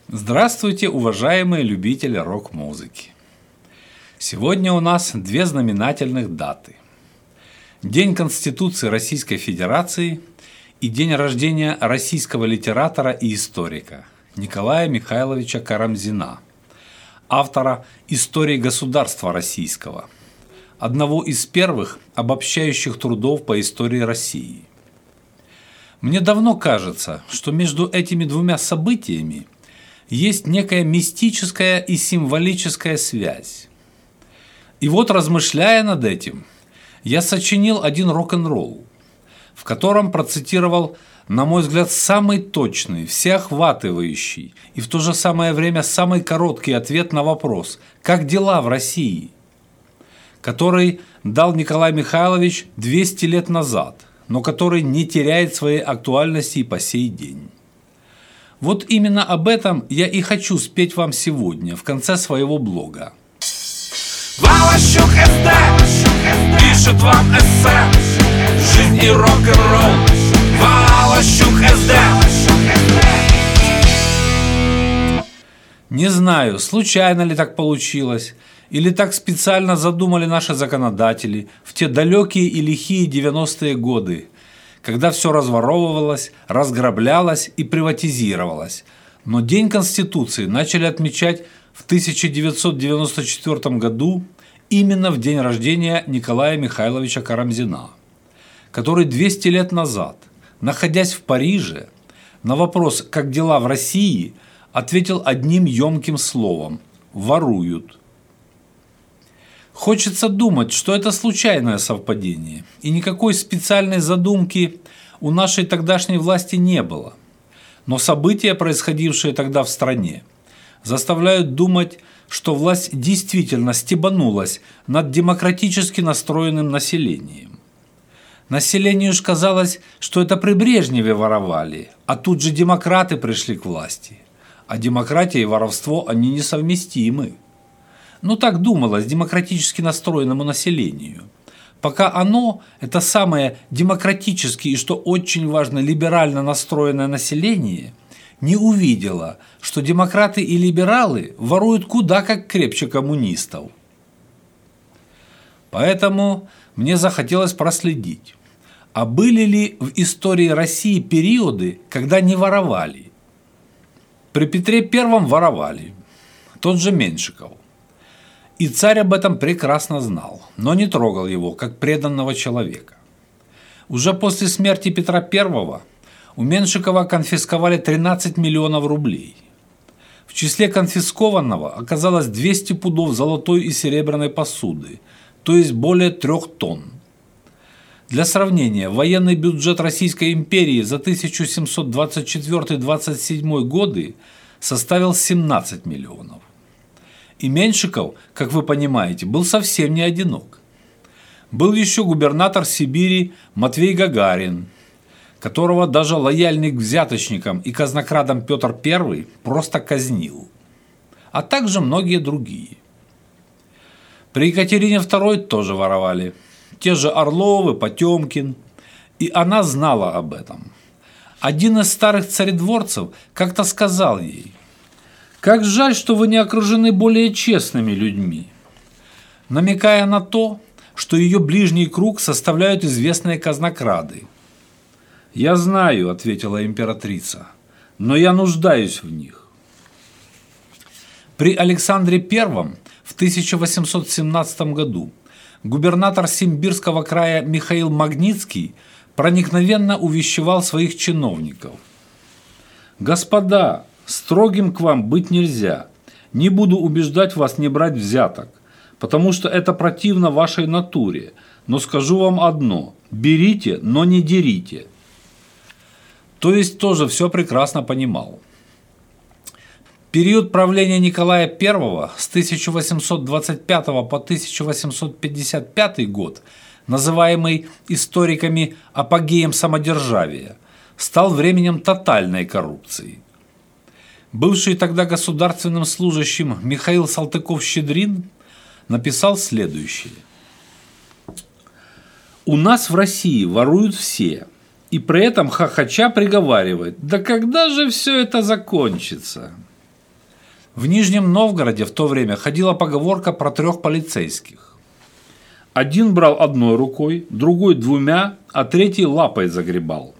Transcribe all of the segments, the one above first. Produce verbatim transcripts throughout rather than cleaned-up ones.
Здравствуйте, уважаемые любители рок-музыки! Сегодня у нас две знаменательных даты. День Конституции Российской Федерации и день рождения российского литератора и историка Николая Михайловича Карамзина, автора «Истории государства российского», одного из первых обобщающих трудов по истории России. Мне давно кажется, что между этими двумя событиями есть некая мистическая и символическая связь. И вот, размышляя над этим, я сочинил один рок-н-ролл, в котором процитировал, на мой взгляд, самый точный, всеохватывающий и в то же самое время самый короткий ответ на вопрос «Как дела в России?», который дал Николай Михайлович двести лет назад, но который не теряет своей актуальности и по сей день. Вот именно об этом я и хочу спеть вам сегодня, в конце своего блога. Валащук СД пишет вам эссе «Жизнь и рок-н-ролл». Валащук СД. Не знаю, случайно ли так получилось, или так специально задумали наши законодатели в те далекие и лихие девяностые годы, когда все разворовывалось, разграблялось и приватизировалось. Но День Конституции начали отмечать в тысяча девятьсот девяносто четвёртом году именно в день рождения Николая Михайловича Карамзина, который двести лет назад, находясь в Париже, на вопрос «Как дела в России?», ответил одним емким словом «воруют». Хочется думать, что это случайное совпадение, и никакой специальной задумки у нашей тогдашней власти не было. Но события, происходившие тогда в стране, заставляют думать, что власть действительно стебанулась над демократически настроенным населением. Населению ж казалось, что это при Брежневе воровали, а тут же демократы пришли к власти. А демократия и воровство, они несовместимы. Ну так думалось демократически настроенному населению, пока оно, это самое демократически и, что очень важно, либерально настроенное население, не увидело, что демократы и либералы воруют куда как крепче коммунистов. Поэтому мне захотелось проследить, а были ли в истории России периоды, когда не воровали. При Петре Первом воровали, тот же Меньшиков. И царь об этом прекрасно знал, но не трогал его, как преданного человека. Уже после смерти Петра Первого у Меньшикова конфисковали тринадцать миллионов рублей. В числе конфискованного оказалось двести пудов золотой и серебряной посуды, то есть более трех тонн. Для сравнения, военный бюджет Российской империи за тысяча семьсот двадцать четвёртый — двадцать седьмой годы составил семнадцать миллионов. И Меньшиков, как вы понимаете, был совсем не одинок. Был еще губернатор Сибири Матвей Гагарин, которого даже лояльный к взяточникам и казнокрадам Петр Первый просто казнил, а также многие другие. При Екатерине Второй тоже воровали, те же Орловы, Потемкин, и она знала об этом. Один из старых царедворцев как-то сказал ей: «Как жаль, что вы не окружены более честными людьми», намекая на то, что ее ближний круг составляют известные казнокрады. «Я знаю», – ответила императрица, – «но я нуждаюсь в них». При Александре Первом в тысяча восемьсот семнадцатом году губернатор Симбирского края Михаил Магнитский проникновенно увещевал своих чиновников: «Господа, строгим к вам быть нельзя. Не буду убеждать вас не брать взяток, потому что это противно вашей натуре. Но скажу вам одно: берите, но не дерите». То есть тоже все прекрасно понимал. Период правления Николая Первого с тысяча восемьсот двадцать пятого по тысяча восемьсот пятьдесят пятый год, называемый историками апогеем самодержавия, стал временем тотальной коррупции. Бывший тогда государственным служащим Михаил Салтыков-Щедрин написал следующее: «У нас в России воруют все, и при этом хохоча приговаривает: да когда же все это закончится?» В Нижнем Новгороде в то время ходила поговорка про трех полицейских. Один брал одной рукой, другой двумя, а третий лапой загребал.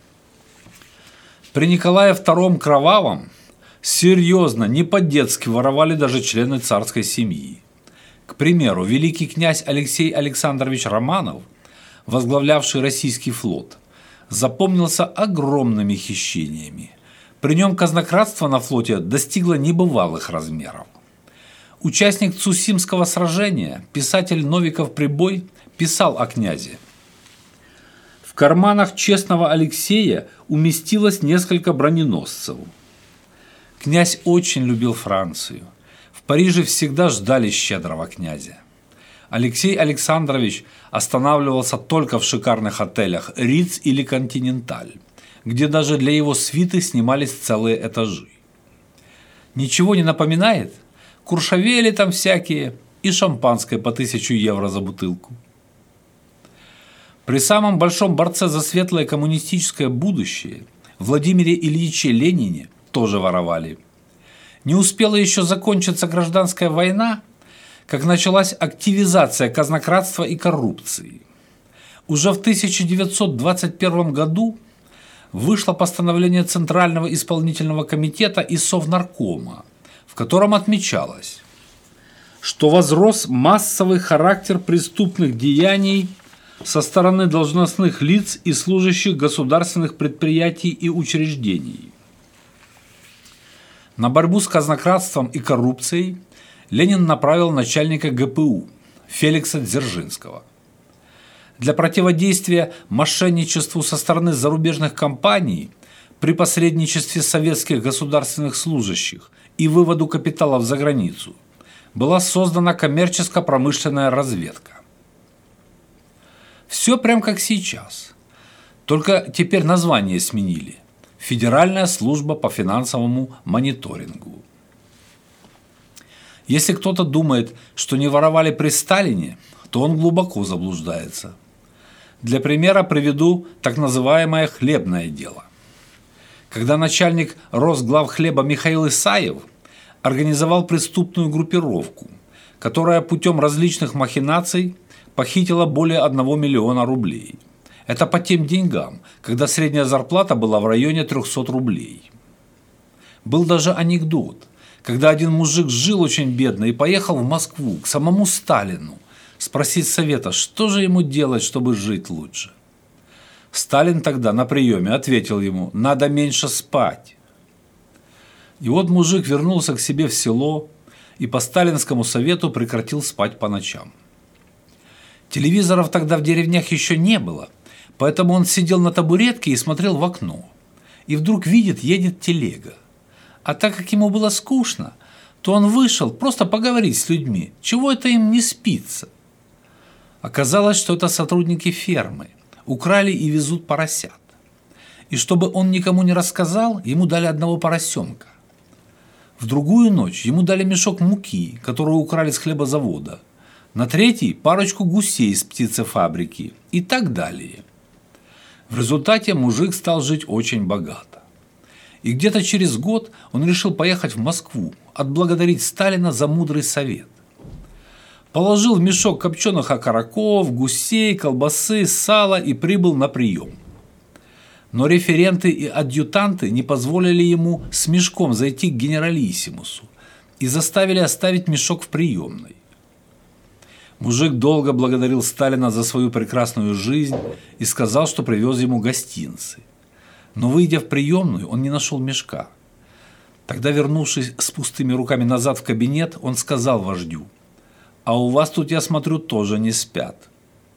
При Николае втором Кровавом серьезно, не по-детски воровали даже члены царской семьи. К примеру, великий князь Алексей Александрович Романов, возглавлявший российский флот, запомнился огромными хищениями. При нем казнократство на флоте достигло небывалых размеров. Участник Цусимского сражения, писатель Новиков Прибой, писал о князе. В карманах честного Алексея уместилось несколько броненосцев. Князь очень любил Францию. В Париже всегда ждали щедрого князя. Алексей Александрович останавливался только в шикарных отелях «Риц» или «Континенталь», где даже для его свиты снимались целые этажи. Ничего не напоминает? Куршавели там всякие и шампанское по тысячу евро за бутылку. При самом большом борце за светлое коммунистическое будущее Владимире Ильиче Ленине тоже воровали. Не успела еще закончиться гражданская война, как началась активизация казнократства и коррупции. Уже в тысяча девятьсот двадцать первом году вышло постановление Центрального исполнительного комитета и Совнаркома, в котором отмечалось, что возрос массовый характер преступных деяний со стороны должностных лиц и служащих государственных предприятий и учреждений. На борьбу с казнократством и коррупцией Ленин направил начальника гэ пэ у Феликса Дзержинского. Для противодействия мошенничеству со стороны зарубежных компаний при посредничестве советских государственных служащих и выводу капиталов за границу была создана коммерческо-промышленная разведка. Все прям как сейчас, только теперь название сменили – Федеральная служба по финансовому мониторингу. Если кто-то думает, что не воровали при Сталине, то он глубоко заблуждается. Для примера приведу так называемое хлебное дело. Когда начальник Росглавхлеба Михаил Исаев организовал преступную группировку, которая путем различных махинаций похитила более одного миллиона рублей. Это по тем деньгам, когда средняя зарплата была в районе трехсот рублей. Был даже анекдот, когда один мужик жил очень бедно и поехал в Москву к самому Сталину спросить совета, что же ему делать, чтобы жить лучше. Сталин тогда на приеме ответил ему: «Надо меньше спать». И вот мужик вернулся к себе в село и по сталинскому совету прекратил спать по ночам. Телевизоров тогда в деревнях еще не было, поэтому он сидел на табуретке и смотрел в окно. И вдруг видит, едет телега. А так как ему было скучно, то он вышел просто поговорить с людьми, чего это им не спится. Оказалось, что это сотрудники фермы, украли и везут поросят. И чтобы он никому не рассказал, ему дали одного поросенка. В другую ночь ему дали мешок муки, которую украли с хлебозавода. На третий – парочку гусей с птицефабрики и так далее. В результате мужик стал жить очень богато. И где-то через год он решил поехать в Москву, отблагодарить Сталина за мудрый совет. Положил в мешок копченых окороков, гусей, колбасы, сала и прибыл на прием. Но референты и адъютанты не позволили ему с мешком зайти к генералиссимусу и заставили оставить мешок в приемной. Мужик долго благодарил Сталина за свою прекрасную жизнь и сказал, что привез ему гостинцы. Но, выйдя в приемную, он не нашел мешка. Тогда, вернувшись с пустыми руками назад в кабинет, он сказал вождю: «А у вас тут, я смотрю, тоже не спят».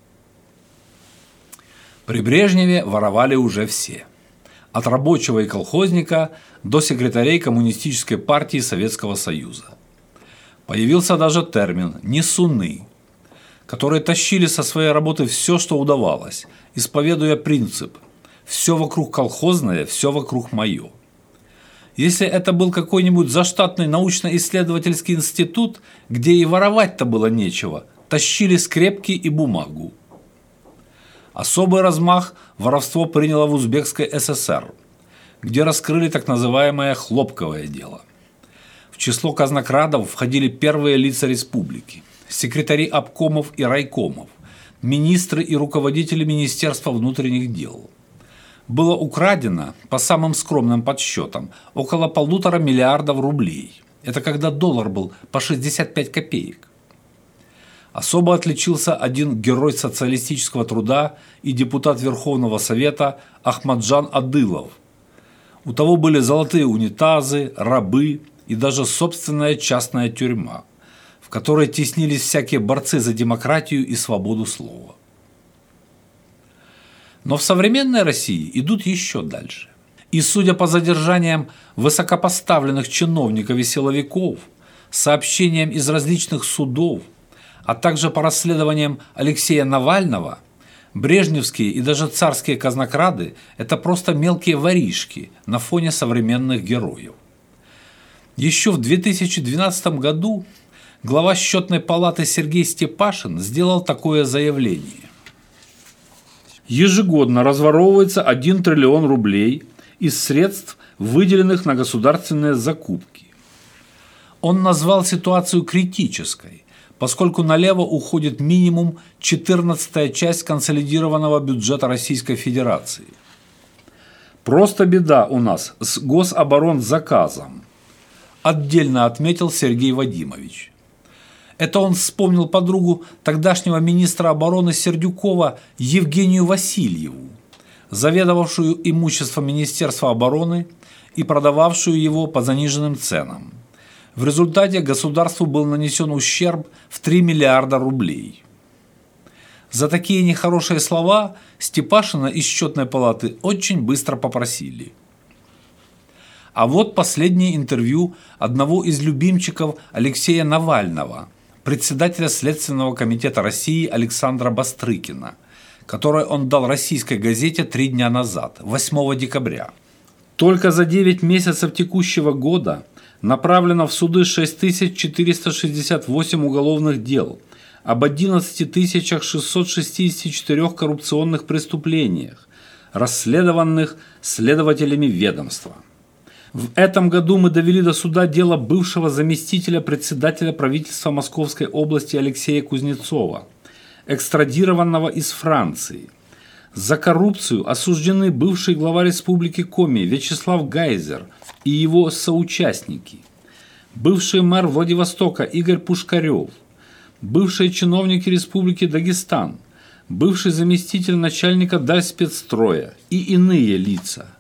При Брежневе воровали уже все. От рабочего и колхозника до секретарей Коммунистической партии Советского Союза. Появился даже термин «несуны», которые тащили со своей работы все, что удавалось, исповедуя принцип «все вокруг колхозное, все вокруг мое». Если это был какой-нибудь заштатный научно-исследовательский институт, где и воровать-то было нечего, тащили скрепки и бумагу. Особый размах воровство приняло в Узбекской эс эс эр, где раскрыли так называемое «хлопковое дело». В В число казнокрадов входили первые лица республики, секретари обкомов и райкомов, министры и руководители Министерства внутренних дел. Было украдено, по самым скромным подсчетам, около полутора миллиардов рублей. Это когда доллар был по шестьдесят пять копеек. Особо отличился один герой социалистического труда и депутат Верховного Совета Ахмаджан Адылов. У того были золотые унитазы, рабы и даже собственная частная тюрьма, в которой теснились всякие борцы за демократию и свободу слова. Но в современной России идут еще дальше. И, судя по задержаниям высокопоставленных чиновников и силовиков, сообщениям из различных судов, а также по расследованиям Алексея Навального, брежневские и даже царские казнокрады – это просто мелкие воришки на фоне современных героев. Еще в две тысячи двенадцатом году глава счетной палаты Сергей Степашин сделал такое заявление. Ежегодно разворовывается один триллион рублей из средств, выделенных на государственные закупки. Он назвал ситуацию критической, поскольку налево уходит минимум четырнадцатая часть консолидированного бюджета Российской Федерации. Просто беда у нас с гособоронзаказом, отдельно отметил Сергей Вадимович. Это он вспомнил подругу тогдашнего министра обороны Сердюкова Евгению Васильеву, заведовавшую имуществом Министерства обороны и продававшую его по заниженным ценам. В результате государству был нанесен ущерб в три миллиарда рублей. За такие нехорошие слова Степашина из счетной палаты очень быстро попросили. А вот последнее интервью одного из любимчиков Алексея Навального, председателя Следственного комитета России Александра Бастрыкина, которое он дал российской газете три дня назад, восьмого декабря. Только за девять месяцев текущего года направлено в суды шесть тысяч четыреста шестьдесят восемь уголовных дел об одиннадцати тысячах шестистах шестидесяти четырёх коррупционных преступлениях, расследованных следователями ведомства. В этом году мы довели до суда дело бывшего заместителя председателя правительства Московской области Алексея Кузнецова, экстрадированного из Франции. За коррупцию осуждены бывший глава Республики Коми Вячеслав Гайзер и его соучастники, бывший мэр Владивостока Игорь Пушкарев, бывшие чиновники Республики Дагестан, бывший заместитель начальника Дальспецстроя и иные лица.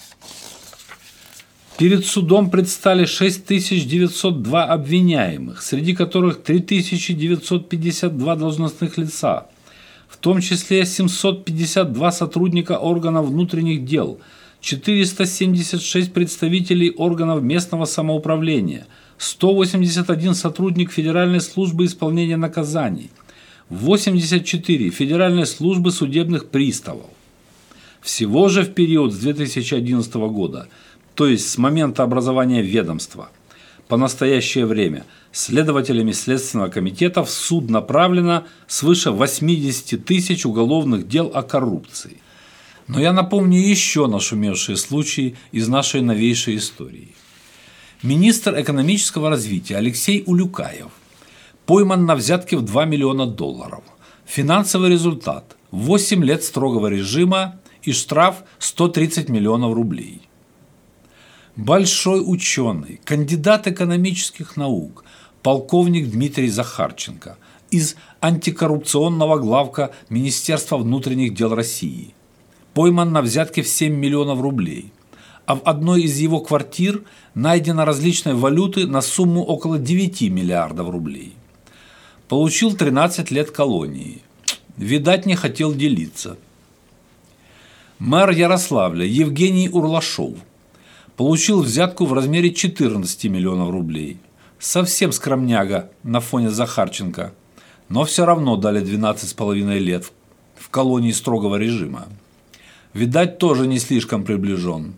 Перед судом предстали шесть тысяч девятьсот два обвиняемых, среди которых три тысячи девятьсот пятьдесят два должностных лица, в том числе семьсот пятьдесят два сотрудника органов внутренних дел, четыреста семьдесят шесть представителей органов местного самоуправления, сто восемьдесят один сотрудник Федеральной службы исполнения наказаний, восемьдесят четыре Федеральной службы судебных приставов. Всего же в период с две тысячи одиннадцатого года, то есть с момента образования ведомства, по настоящее время следователями Следственного комитета в суд направлено свыше восьмидесяти тысяч уголовных дел о коррупции. Но я напомню еще нашумевшие случаи из нашей новейшей истории. Министр экономического развития Алексей Улюкаев пойман на взятке в два миллиона долларов. Финансовый результат – восемь лет строгого режима и штраф сто тридцать миллионов рублей. Большой ученый, кандидат экономических наук, полковник Дмитрий Захарченко из антикоррупционного главка Министерства внутренних дел России пойман на взятке в семь миллионов рублей, а в одной из его квартир найдено различной валюты на сумму около девяти миллиардов рублей. Получил тринадцать лет колонии. Видать, не хотел делиться. Мэр Ярославля Евгений Урлашов получил взятку в размере четырнадцати миллионов рублей. Совсем скромняга на фоне Захарченко, но все равно дали двенадцать с половиной лет в колонии строгого режима. Видать, тоже не слишком приближен.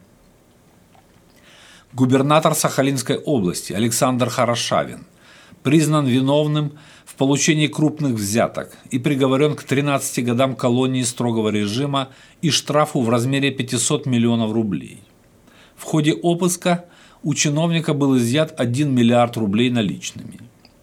Губернатор Сахалинской области Александр Хорошавин признан виновным в получении крупных взяток и приговорен к тринадцати годам колонии строгого режима и штрафу в размере пятисот миллионов рублей. В ходе обыска у чиновника был изъят один миллиард рублей наличными.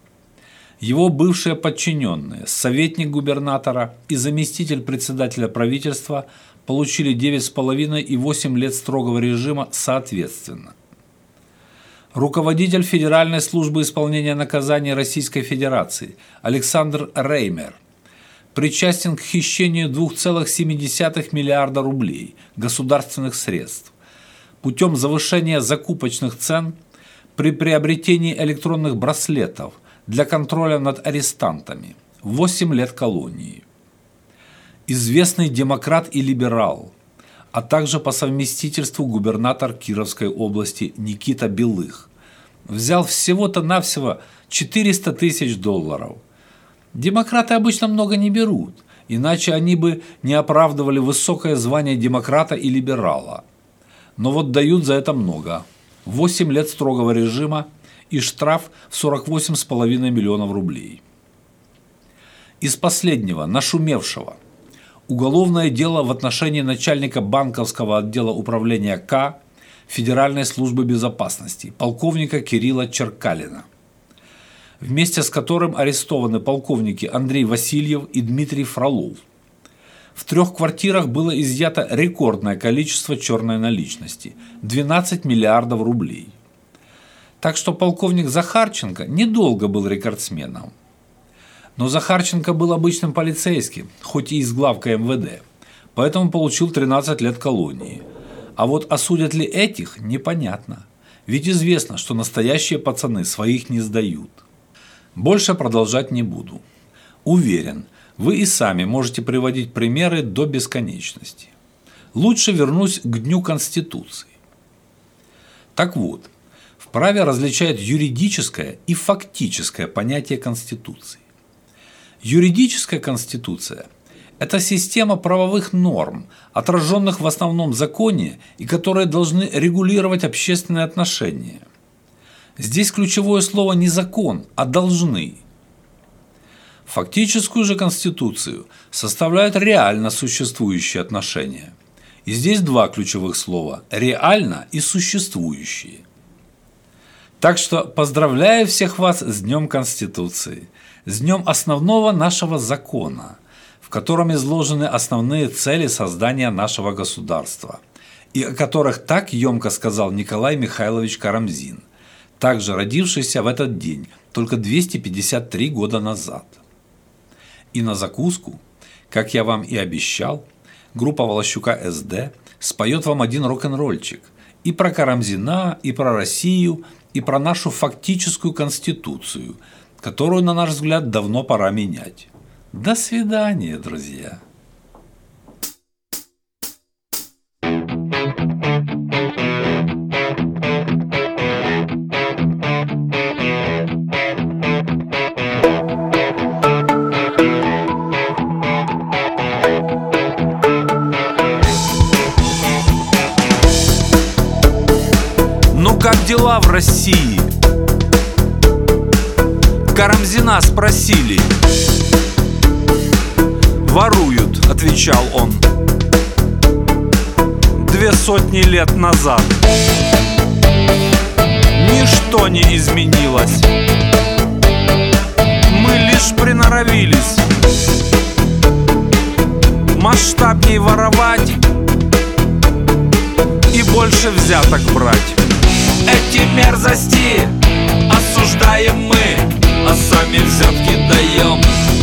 Его бывшие подчиненные, советник губернатора и заместитель председателя правительства получили девять с половиной и восемь лет строгого режима соответственно. Руководитель Федеральной службы исполнения наказаний Российской Федерации Александр Реймер причастен к хищению двух целых семи десятых миллиарда рублей государственных средств путем завышения закупочных цен при приобретении электронных браслетов для контроля над арестантами, восемь лет колонии. Известный демократ и либерал, а также по совместительству губернатор Кировской области Никита Белых, взял всего-то навсего четыреста тысяч долларов. Демократы обычно много не берут, иначе они бы не оправдывали высокое звание демократа и либерала. Но вот дают за это много. восемь лет строгого режима и штраф в сорок восемь с половиной миллионов рублей. Из последнего, нашумевшего, уголовное дело в отношении начальника банковского отдела управления К Федеральной службы безопасности, полковника Кирилла Черкалина, вместе с которым арестованы полковники Андрей Васильев и Дмитрий Фролов. В трех квартирах было изъято рекордное количество черной наличности – двенадцать миллиардов рублей. Так что полковник Захарченко недолго был рекордсменом. Но Захарченко был обычным полицейским, хоть и из главка эм вэ дэ, поэтому получил тринадцать лет колонии. А вот осудят ли этих – непонятно. Ведь известно, что настоящие пацаны своих не сдают. Больше продолжать не буду. Уверен, вы и сами можете приводить примеры до бесконечности. Лучше вернусь к Дню Конституции. Так вот, в праве различают юридическое и фактическое понятие Конституции. Юридическая Конституция – это система правовых норм, отраженных в основном законе и которые должны регулировать общественные отношения. Здесь ключевое слово не закон, а должны. Фактическую же Конституцию составляют реально существующие отношения. И здесь два ключевых слова – реально и существующие. Так что поздравляю всех вас с Днем Конституции, с Днем основного нашего закона, в котором изложены основные цели создания нашего государства, и о которых так емко сказал Николай Михайлович Карамзин, также родившийся в этот день, только двести пятьдесят три года назад. И на закуску, как я вам и обещал, группа Волощука эс дэ споет вам один рок-н-ролльчик и про Карамзина, и про Россию, и про нашу фактическую Конституцию, которую, на наш взгляд, давно пора менять. До свидания, друзья! Как дела в России? Карамзина спросили. Воруют, отвечал он, две сотни лет назад. Ничто не изменилось. Мы лишь приноровились масштабней воровать и больше взяток брать. Эти мерзости осуждаем мы, а сами взятки даем.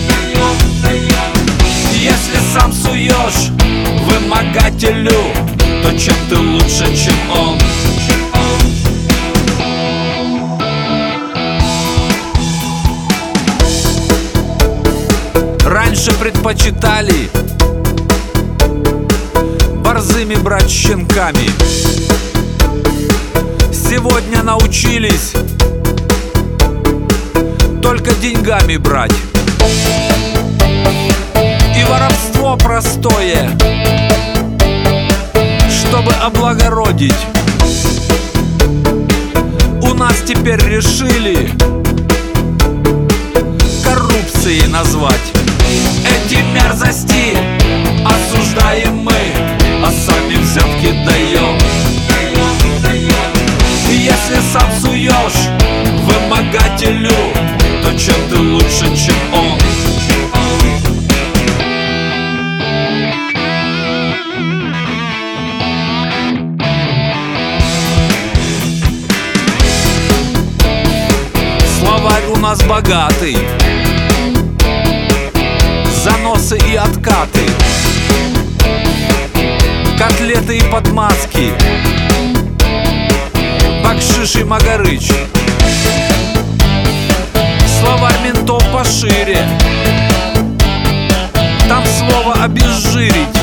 Если сам суешь вымогателю, то чем ты лучше, чем он? Раньше предпочитали борзыми брать щенками. Сегодня научились только деньгами брать. И воровство простое, чтобы облагородить, у нас теперь решили коррупцией назвать. Эти мерзости осуждаем мы, а сами взятки даем. Если сам суешь вымогателю то, чем ты лучше, чем он. Словарь у нас богатый, заносы и откаты, котлеты и подмазки, бакшиш и магарыч. Словарь ментов пошире, там слово обезжирить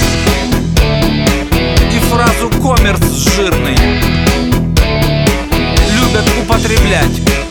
и фразу коммерц жирный любят употреблять.